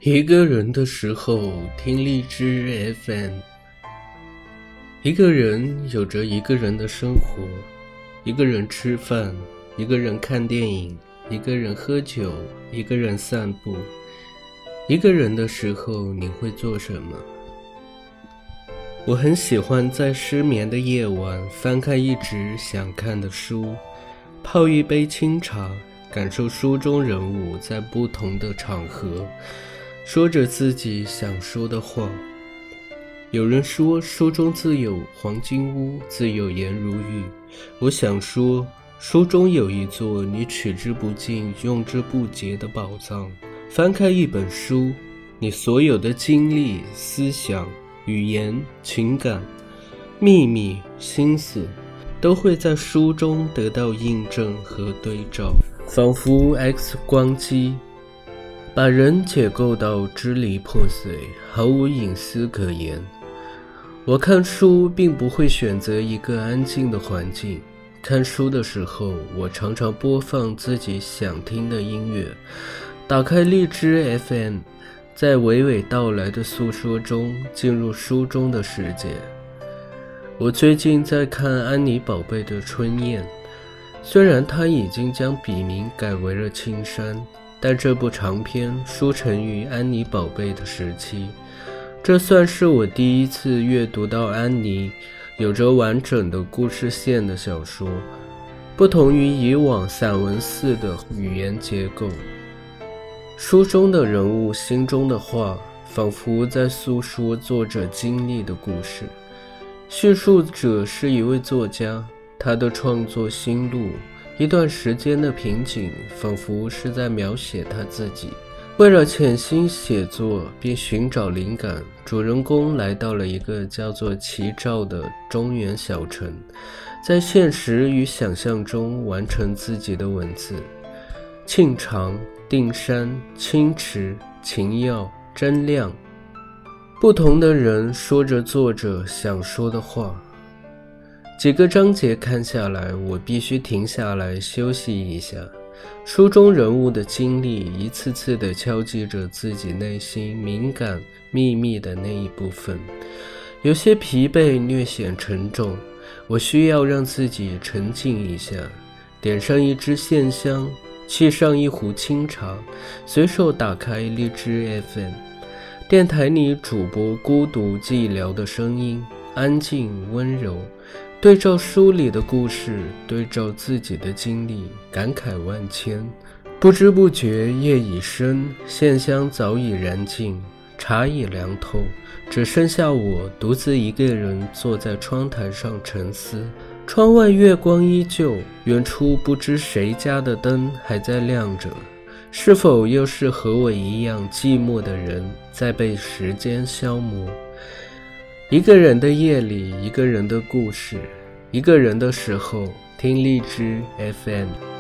一个人的时候听荔枝 FM。 一个人有着一个人的生活，一个人吃饭，一个人看电影，一个人喝酒，一个人散步。一个人的时候你会做什么？我很喜欢在失眠的夜晚翻开一直想看的书，泡一杯清茶，感受书中人物在不同的场合说着自己想说的话。有人说书中自有黄金屋，自有颜如玉。我想说，书中有一座你取之不尽用之不竭的宝藏。翻开一本书，你所有的经历、思想、语言、情感、秘密、心思都会在书中得到印证和对照，仿佛 X 光机把人解构到支离破碎，毫无隐私可言。我看书并不会选择一个安静的环境，看书的时候我常常播放自己想听的音乐，打开荔枝 FM， 在娓娓道来的诉说中进入书中的世界。我最近在看安妮宝贝的春燕，虽然她已经将笔名改为了青山，但这部长篇书成于安妮宝贝的时期，这算是我第一次阅读到安妮有着完整的故事线的小说，不同于以往散文似的语言结构。书中的人物心中的话，仿佛在诉说作者经历的故事。叙述者是一位作家，他的创作心路，一段时间的瓶颈，仿佛是在描写他自己。为了潜心写作并寻找灵感，主人公来到了一个叫做齐赵的中原小城，在现实与想象中完成自己的文字。庆长、定山、清池、秦耀、真亮，不同的人说着作者想说的话。几个章节看下来，我必须停下来休息一下。书中人物的经历一次次地敲击着自己内心敏感秘密的那一部分，有些疲惫略显沉重，我需要让自己沉静一下，点上一支线香，沏上一壶清茶，随手打开荔枝 FM， 电台里主播孤独寂寥的声音，安静温柔，对照书里的故事，对照自己的经历，感慨万千。不知不觉夜已深，线香早已燃尽，茶已凉透，只剩下我独自一个人坐在窗台上沉思。窗外月光依旧，远处不知谁家的灯还在亮着，是否又是和我一样寂寞的人在被时间消磨？一个人的夜里，一个人的故事，一个人的时候听荔枝 FM。